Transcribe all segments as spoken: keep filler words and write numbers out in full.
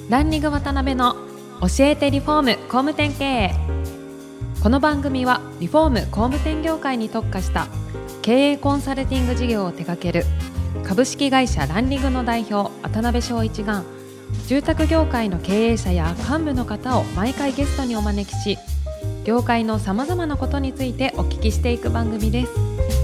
ランリング渡辺の教えてリフォーム工務店経営。この番組はリフォーム工務店業界に特化した経営コンサルティング事業を手掛ける株式会社ランリングの代表渡辺翔一が、住宅業界の経営者や幹部の方を毎回ゲストにお招きし、業界のさまざまなことについてお聞きしていく番組です。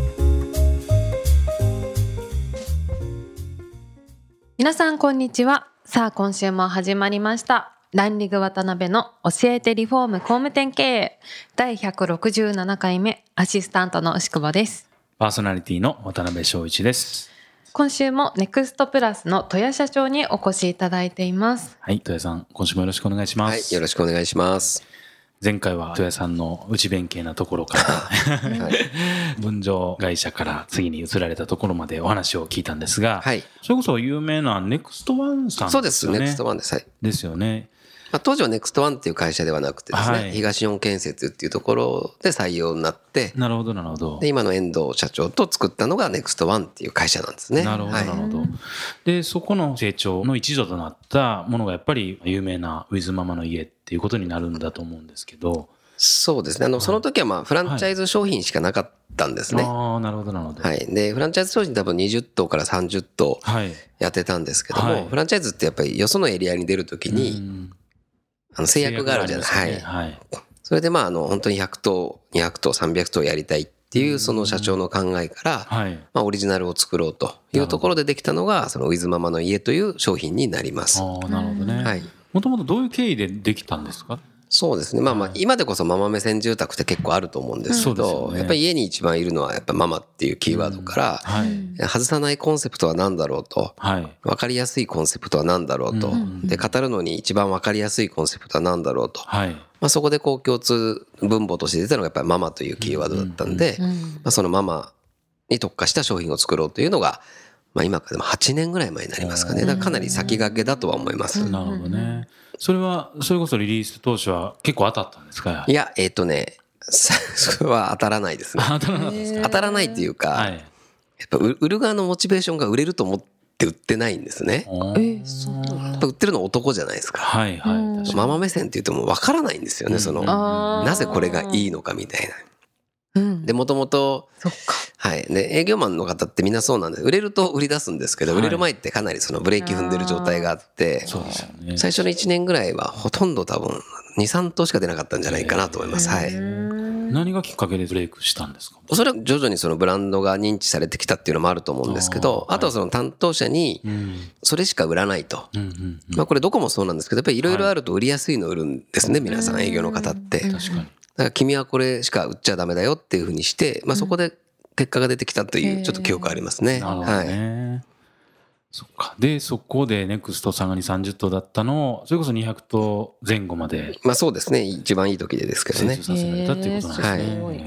皆さんこんにちは。さあ今週も始まりましたランリング渡辺の教えてリフォーム工務店経営だいひゃくろくじゅうななかいめ、アシスタントの牛久保です。 パーソナリティの渡辺翔一です。 今週もネクストプラスの戸谷社長にお越しいただいています。 はい、戸谷さん今週もよろしくお願いします。 はい、よろしくお願いします。 前回は戸谷さんの内弁慶なところから、はい、分譲会社から次に移られたところまでお話を聞いたんですが、はい、それこそ有名なネクストワンさんですよね。 そうです、ネクストワンです。はい、 ですよね。 まあ、当時はネクストワンっていう会社ではなくてですね、はい、東日本建設っていうところで採用になって、 なるほどなるほど。 で今の遠藤社長と作ったのがネクストワンっていう会社なんですね。 なるほどなるほど、はい、でそこの成長の一助となったものがやっぱり有名なウィズママの家っていうことになるんだと思うんですけど。 そうですね。あの、はい、その時はまあフランチャイズ商品しかなかったんですね。 はい、ああ、なるほどなるほど。 はい。でフランチャイズ商品多分にじゅっとうからさんじゅっとうやってたんですけども、はい、フランチャイズってやっぱりよそのエリアに出るときにあの制約があるじゃないですか。はい、はい。それでまああの本当にひゃくとう、にひゃくとう、さんびゃくとうやりたいっていうその社長の考えから、はい、まあオリジナルを作ろうというところでできたのがそのウィズママの家という商品になります。 ああ、なるほどね。 はい。 もともとどういう経緯でできたんですか？ そうですね。まあまあ今でこそママ目線住宅って結構あると思うんですけど、やっぱり家に一番いるのはやっぱママっていうキーワードから外さないコンセプトは何だろうと、分かりやすいコンセプトは何だろうと、で語るのに一番分かりやすいコンセプトは何だろうと、まあそこでこう共通分母として出たのがやっぱりママというキーワードだったんで、まあそのママに特化した商品を作ろうというのがまあ今からでもはちねんぐらい前になりますかね。だからかなり先駆けだとは思います。 なるほどね。それはそれこそリリース当初は結構当たったんですか？ いや、えっとね、それは当たらないですね。 当たらなかったですか？ 当たらないっていうか、はい、やっぱ売る側のモチベーションが売れると思って売ってないんですね。え、そう。やっぱ売ってるの男じゃないですか。はいはい。ママ目線って言うともう分からないんですよね。うん、そのなぜこれがいいのかみたいな。でもともとはいで営業マンの方ってみんなそうなんで、売れると売り出すんですけど、売れる前ってかなりそのブレーキ踏んでる状態があって、最初のいちねんぐらいはほとんど多分に、さんとうしか出なかったんじゃないかなと思います。はい。 何がきっかけでブレイクしたんですか？ おそらく徐々にそのブランドが認知されてきたっていうのもあると思うんですけど、あとはその担当者にそれしか売らないと、まあこれどこもそうなんですけど、やっぱりいろいろあると売りやすいのを売るんですね、皆さん営業の方って。確かに。だから君はこれしか売っちゃダメだよっていうふうにして、まあそこで結果が出てきたというちょっと記憶ありますね。 なるほどね。はい。そっか。でそこでネクストさんがに、さんじゅっとうだったのをそれこそにひゃくとうぜん後まで。 まあそうですね。一番いい時でですけどね。 成長させられたっていうことなんですね。はい。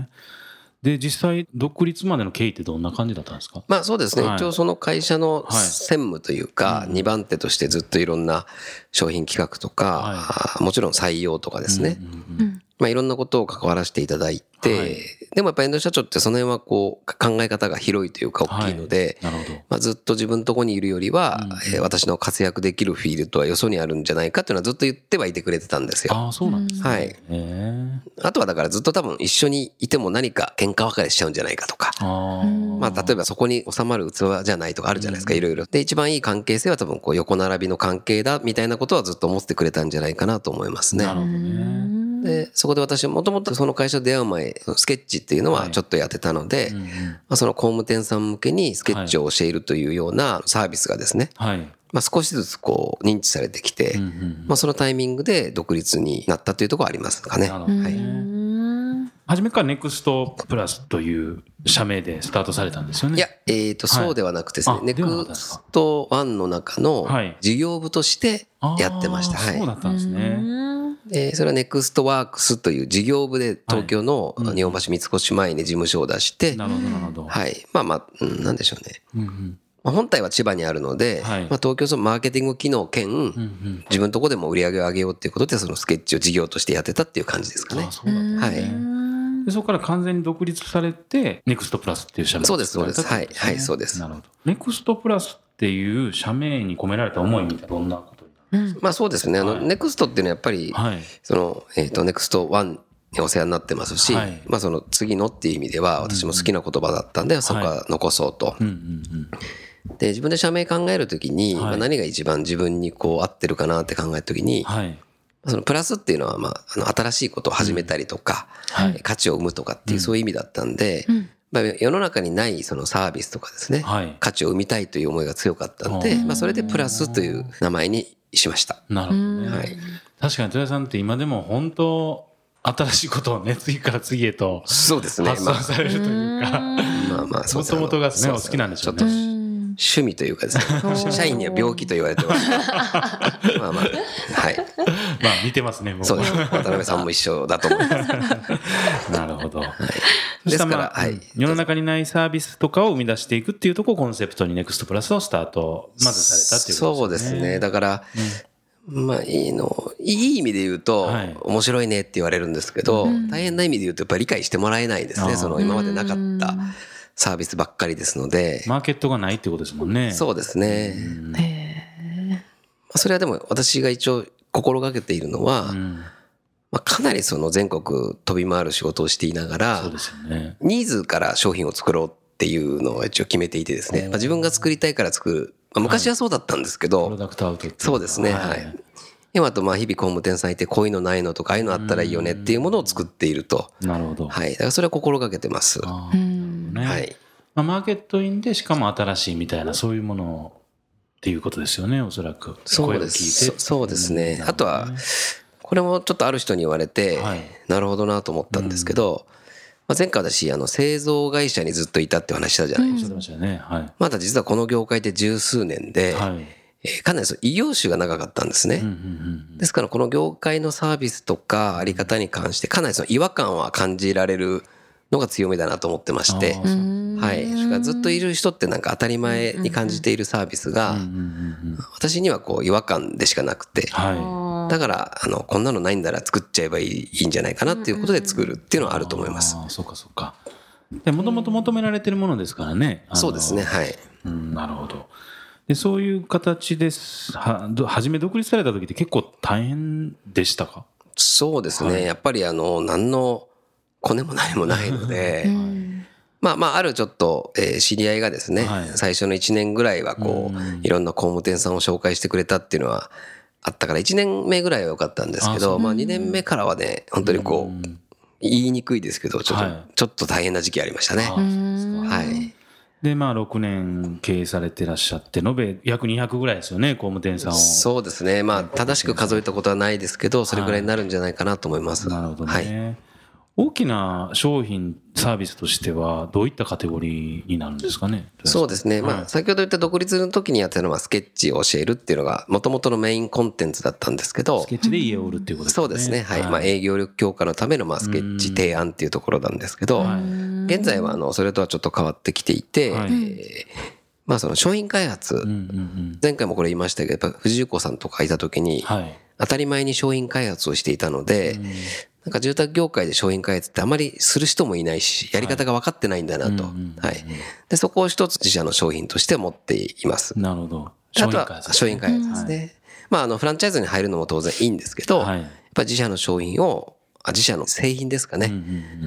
で実際独立までの経緯ってどんな感じだったんですか？ まあそうですね、はい、一応その会社の専務というか、はい、にばん手としてずっといろんな商品企画とか、はい、もちろん採用とかですね、うんうんうん、まあいろんなことを関わらせていただいて、はい、でもやっぱ遠藤社長ってその辺はこう考え方が広いというか大きいので、はい、なるほど。まあずっと自分のとこにいるよりは、うんうんえー、私の活躍できるフィールドはよそにあるんじゃないかっていうのはずっと言ってはいてくれてたんですよ。 ああそうなんですね。 はい。へあとはだからずっと多分一緒にいても何か喧嘩別れしちゃうんじゃないかとか、あまあ例えばそこに収まる器じゃないとかあるじゃないですか、いろいろ。で一番いい関係性は多分こう横並びの関係だみたいなことはずっと思ってくれたんじゃないかなと思いますね。なるほどね。でそこで私はもともとその会社と出会う前スケッチっていうのはちょっとやってたので、はいうんうんまあ、その工務店さん向けにスケッチを教えるというようなサービスがですね、はいまあ、少しずつこう認知されてきて、うんうんまあ、そのタイミングで独立になったというところはありますかね。なるほどね。はい初めからネクストプラスという社名でスタートされたんですよね。 いや、えーと、そうではなくてですね、ネクストワンの中の事業部としてやってました。 はい、そうだったんですね。 でそれはネクストワークスという事業部で東京の日本橋三越前に事務所を出して、なるほどなるほど。はい、まあまあ、うん、なんでしょうね。うんうんまあ、本体は千葉にあるので、はいまあ、東京そのマーケティング機能兼、うんうん、自分のとこでも売り上げを上げようっていうことでそのスケッチを事業としてやってたっていう感じですかね。あ、そうだったんですね。はいでそこから完全に独立されてネクストプラスっていう社名を作られたってことですね。 そうですそうです。はいはいそうです。 なるほど。ネクストプラスっていう社名に込められた思いみたいなどんなことになるんうん、まあそうですね。あの、はい、ネクストっていうのはやっぱり、はい、その、えっと、ネクストワンにお世話になってますし、はい、まあその次のっていう意味では私も好きな言葉だったんで、そこは残そうと。で、自分で社名考えるときに、はい、まあ、何が一番自分にこう合ってるかなって考えるときに、はい、そのプラスっていうのは、まあ、あの新しいことを始めたりとか、うんはい、価値を生むとかっていうそういう意味だったんで、うんまあ、世の中にないそのサービスとかですね、はい、価値を生みたいという思いが強かったんで、まあ、それでプラスという名前にしました。 なるほどね。はい、確かに豊さんって今でも本当新しいことをね次から次へと発想されるというか、まあまあもともとがねお好きなんでしょうね。 趣味というかですね、社員には病気と言われてます。まあまあ、はい。 まあ似てますね、僕そうです。渡辺さんも一緒だと思います。 なるほど。はい、ですから、はい、世の中にないサービスとかを生み出していくっていうところをコンセプトにネクストプラスをスタート、まずされたっていうことですね。 そうですね。だから、うん、まあいいの、いい意味で言うと、はい、面白いねって言われるんですけど、うん、大変な意味で言うとやっぱり理解してもらえないですね。その今までなかったサービスばっかりですので。 マーケットがないってことですもんね。 そうですね。うんそれはでも私が一応心がけているのは、うんまあ、かなりその全国飛び回る仕事をしていながら、そうですよね、ニーズから商品を作ろうっていうのを一応決めていてですね、まあ、自分が作りたいから作る、まあ、昔はそうだったんですけど、はい、プロダクトアウトってそうですね、はい、はい、今とまあ日々工務店さんいてこういうのないのとかああいうのあったらいいよねっていうものを作っていると。 なるほど。 はい。だからそれは心がけてます。あね、はい。まあ、マーケットインでしかも新しいみたいなそういうものをっていうことですよね、おそらく。 そうです。そうですね。あとは、これもちょっとある人に言われて、はい、なるほどなと思ったんですけど、まあ、前回私、あの、製造会社にずっといたって話したじゃないですか。うん、まだ実はこの業界で十数年で、はいえー、かなりその異業種が長かったんですね。ですからこの業界のサービスとかあり方に関してかなりその違和感は感じられるのが強みだなと思ってまして、はい。それからずっといる人ってなんか当たり前に感じているサービスが、私にはこう違和感でしかなくて、はい、だからあのこんなのないんだら作っちゃえばいい、いいんじゃないかなっていうことで作るっていうのはあると思います。 ああ、そうかそうか。でもともと求められてるものですからね。 そうですね、はい。 うん、なるほど。でそういう形ですは初め独立された時って結構大変でしたか？ そうですね、はい、やっぱりあの何のコネも何もないので、うん、まあまああるちょっと、えー、知り合いがですね、はい、最初のいちねんぐらいはこう、うん、いろんな工務店さんを紹介してくれたっていうのはあったからいちねんめぐらいは良かったんですけど、まあにねんめからはね本当にこう、うん、言いにくいですけどちょっと、はい、ちょっと大変な時期ありましたね。はい。 でまあろくねん経営されてらっしゃって延べ約にひゃくぐらいですよね、工務店さんを。 そうですね、まあ正しく数えたことはないですけどそれぐらいになるんじゃないかなと思います。 はい、なるほどね。はい、大きな商品サービスとしてはどういったカテゴリーになるんですかね？ そうですね、まあ先ほど言った独立の時にやってたのはスケッチを教えるっていうのが元々のメインコンテンツだったんですけど、 スケッチで家を売るっていうことですね。 そうですね、はい、はい、まあ営業力強化のためのまあスケッチ提案っていうところなんですけど、現在はあのそれとはちょっと変わってきていて、はい、えー、まあその商品開発、うんうんうん、前回もこれ言いましたけどやっぱ藤井子さんとかいた時に、はい、当たり前に商品開発をしていたので、うん、なんか住宅業界で商品開発ってあまりする人もいないし、やり方が分かってないんだなと。はい。で、そこを一つ自社の商品として持っています。 なるほど。 あとは商品開発ですね。はい、まあ、あの、フランチャイズに入るのも当然いいんですけど、はい、やっぱり自社の商品を、あ自社の製品ですかね。うんうんうん、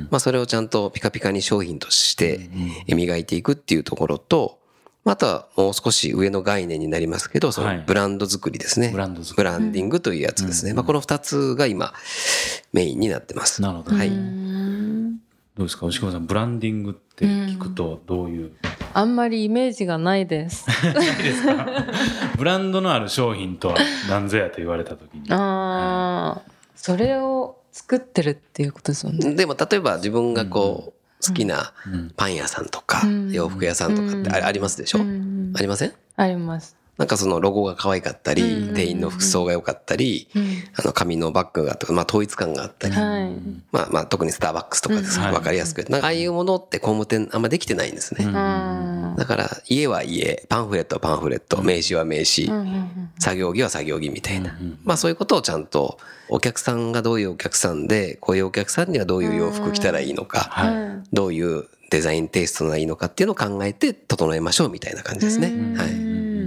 まあ、それをちゃんとピカピカに商品として磨いていくっていうところと、あとはもう少し上の概念になりますけど、そのブランド作りですね。はい、ブランド作り。ブランディングというやつですね。うん、まあこの二つが今メインになってます。 なるほど。はい。どうですか、押駒さん、ブランディングって聞くとどういう？ あんまりイメージがないです。 ないですか？ブランドのある商品とは何ぞやと言われたときに。ああ、 はい、それを作ってるっていうことですよね。 でも例えば自分がこう、うん好きなパン屋さんとか洋服屋さんとかってありますでしょ？ありません？ あります。 なんかそのロゴが可愛かったり、店員の服装が良かったり、あの紙のバッグがとか、まあ統一感があったり、まあまあ特にスターバックスとかですわかりやすく、なんかああいうものって工務店あんまできてないんですね。だから家は家、パンフレットはパンフレット、名刺は名刺、作業着は作業着みたいな、まあそういうことをちゃんとお客さんがどういうお客さんで、こういうお客さんにはどういう洋服着たらいいのか、どういうデザインテイストがいいのかっていうのを考えて整えましょうみたいな感じですね。はい。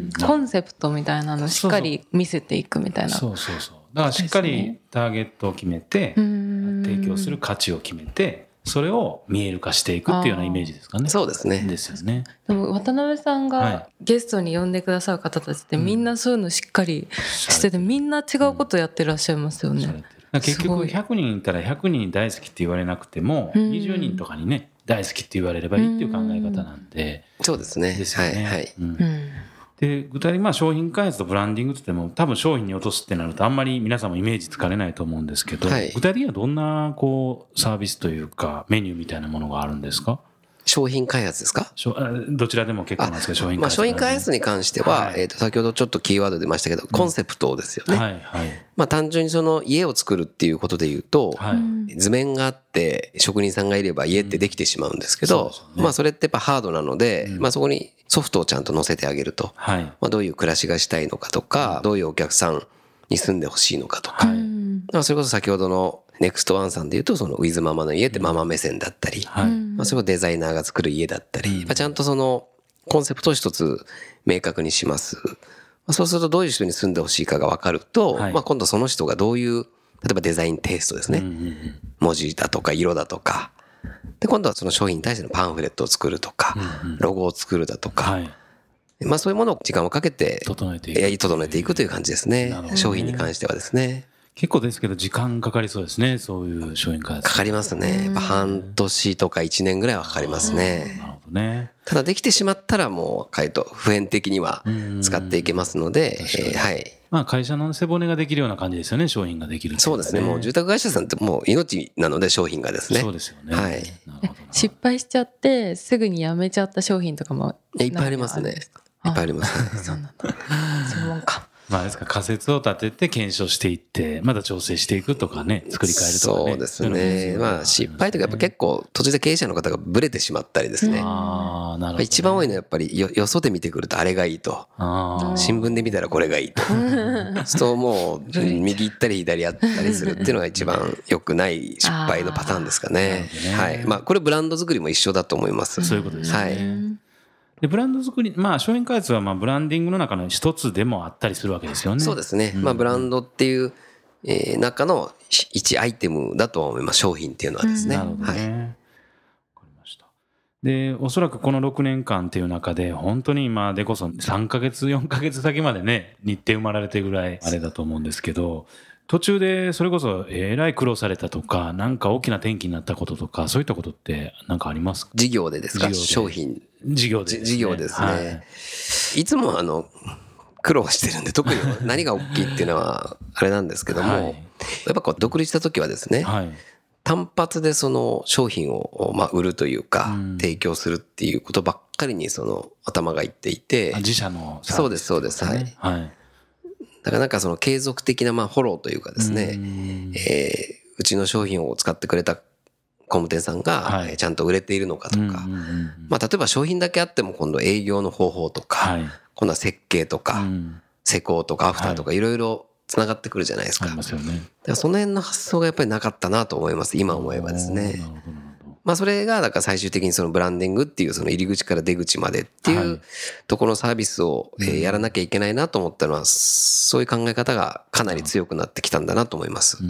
コンセプトみたいなのをしっかり見せていくみたいな。 そうそうそう。だからしっかりターゲットを決めて、提供する価値を決めて、それを見える化していくっていうようなイメージですかね。 そうですね。 ですよね。 でも渡辺さんがゲストに呼んでくださる方たちってみんなそういうのしっかりしてて、みんな違うことやってらっしゃいますよね。 結局ひゃくにんいたらひゃくにん大好きって言われなくても、にじゅうにんとかにね大好きって言われればいいっていう考え方なんで。 そうですね。 ですよね。 はいはい。うんで具体的にまあ商品開発とブランディングって言っても多分商品に落とすってなるとあんまり皆さんもイメージつかれないと思うんですけど、はい、具体的にはどんなこうサービスというかメニューみたいなものがあるんですか？ 商品開発ですか？ どちらでも結構なんですけど、商品開発、 まあ、商品開発に関しては、はい、えーと先ほどちょっとキーワード出ましたけど、コンセプトですよね。はいはい、まあ、単純にその家を作るっていうことで言うと、はい、図面があって職人さんがいれば家ってできてしまうんですけど、うん そ, うね、まあそれってやっぱハードなので、うん、まあそこにソフトをちゃんと載せてあげると、はい、まあ、どういう暮らしがしたいのかとか、うん、どういうお客さんに住んでほしいのかとか、はい、まあそれこそ先ほどのネクストワンさんで言うと、そのウィズママの家ってママ目線だったり、はい、まあそれをデザイナーが作る家だったり、まあちゃんとそのコンセプトを一つ明確にします。まあ、そうするとどういう人に住んでほしいかが分かると、はい、まあ今度その人がどういう、例えばデザインテイストですね。文字だとか色だとか。で、今度はその商品に対してのパンフレットを作るとか、ロゴを作るだとか。はい、まあそういうものを時間をかけて整えていく、整えていくという感じですね。商品に関してはですね。 結構ですけど時間かかりそうですね。そういう商品開発。 かかりますね。やっぱ半年とかいちねんぐらいはかかりますね。なるほどね。ただできてしまったらもう回答普遍的には使っていけますので、えー、はい。 まあ会社の背骨ができるような感じですよね。商品ができる、ね。 そうですね。もう住宅会社さんってもう命なので商品がですね。 そうですよね。 はい。 失敗しちゃってすぐにやめちゃった商品とかもいっぱいありますね。いっぱいありますね。 そうなんだ。そうなんか。 まあですか仮説を立てて検証していってまた調整していくとかね、作り変えるとかね。 そうですね。まあ失敗とかやっぱ結構途中で経営者の方がブレてしまったりですね。ああ、なるほどね。一番多いのはやっぱり よ, よそで見てくるとあれがいいと、新聞で見たらこれがいいと、そうもう右行ったり左やったりするっていうのが一番良くない失敗のパターンですかね。はい。まあこれブランド作りも一緒だと思います。 そういうことですね。 はい。 でブランド作り、まあ商品開発はまあブランディングの中の一つでもあったりするわけですよね。 そうですね。まあブランドっていう、えー、中の一アイテムだとは思います。商品っていうのはですね。 なるほどね。はい、わかりました。で、おそらくこのろくねんかんっていう中で本当に今でこそさんかげつよんかげつ先までね日程埋まられてるぐらいあれだと思うんですけど。途中でそれこそえらい苦労されたとか、なんか大きな転機になったこととか、そういったことって何かありますか？ 事業でですか？商品。 事業でですね。 事業ですね。はい、いつもあの、苦労してるんで、特に何が大きいっていうのはあれなんですけども、はい、やっぱこう独立した時はですね、はい、単発でその商品をまあ売るというか、うん、提供するっていうことばっかりにその頭がいっていて、 自社のサービス、ね、そうですそうです。はい。はいだからなんかその継続的なまあフォローというかですね、えー、うちの商品を使ってくれた工務店さんがちゃんと売れているのかとか、まあ例えば商品だけあっても今度営業の方法とか、今度は設計とか、施工とかアフターとかいろいろつながってくるじゃないですか。だからその辺の発想がやっぱりなかったなと思います。今思えばですね。まあそれがだから最終的にそのブランディングっていうその入り口から出口までっていうところのサービスをやらなきゃいけないなと思ったのは、そういう考え方がかなり強くなってきたんだなと思います。うん、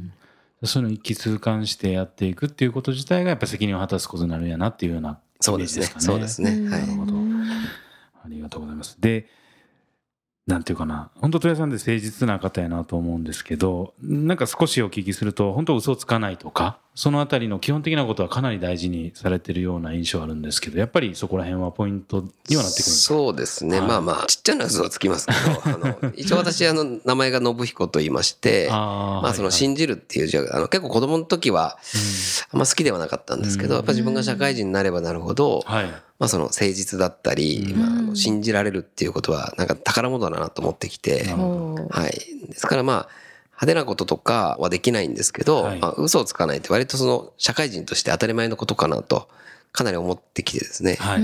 その一気通貫してやっていくっていうこと自体がやっぱり責任を果たすことになるんやなっていうようなイメージですかね。 そうですね。そうですね。はい。なるほど。 ありがとうございます。で、なんていうかな、本当戸谷さんって誠実な方やなと思うんですけど、なんか少しお聞きすると本当嘘つかないとか、そのあたりの基本的なことはかなり大事にされてるような印象あるんですけど、やっぱりそこら辺はポイントにはなってくるんですか？ そうですね、はい、まあまあちっちゃな嘘はつきますけど、あの一応私あの名前が信彦と言いまして、あまあその信じるっていう字はあの結構子供の時はあんま好きではなかったんですけど、やっぱ自分が社会人になればなるほど、はい、まあその誠実だったり、まああの信じられるっていうことはなんか宝物だなと思ってきて、はい、ですからまあ派手なこととかはできないんですけど、はい、まあ、嘘をつかないって割とその社会人として当たり前のことかなとかなり思ってきてですね、はい、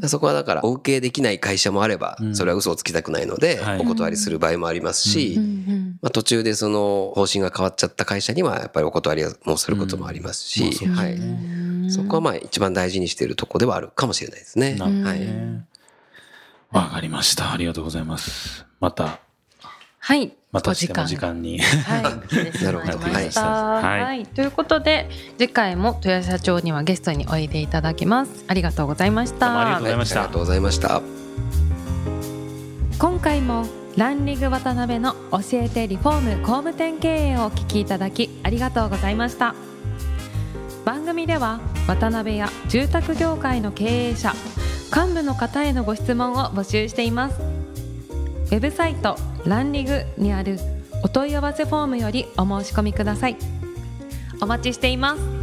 そこはだからお受けできない会社もあればそれは嘘をつきたくないのでお断りする場合もありますし、まあ、途中でその方針が変わっちゃった会社にはやっぱりお断りもすることもありますし、はい、そこはまあ一番大事にしているところではあるかもしれないですね。はい。 わかりました。ありがとうございます。また。 はい。 またしても時間に。 はい。なるほど。はい。はい。ということで、次回も豊社長にはゲストにおいでいただきます。ありがとうございました。 ありがとうございました。 ありがとうございました。 今回もランリング渡辺の教えてリフォーム工務店経営をお聞きいただきありがとうございました。番組では渡辺や住宅業界の経営者、幹部の方へのご質問を募集しています。ウェブサイトランリグにあるお問い合わせフォームよりお申し込みください。お待ちしています。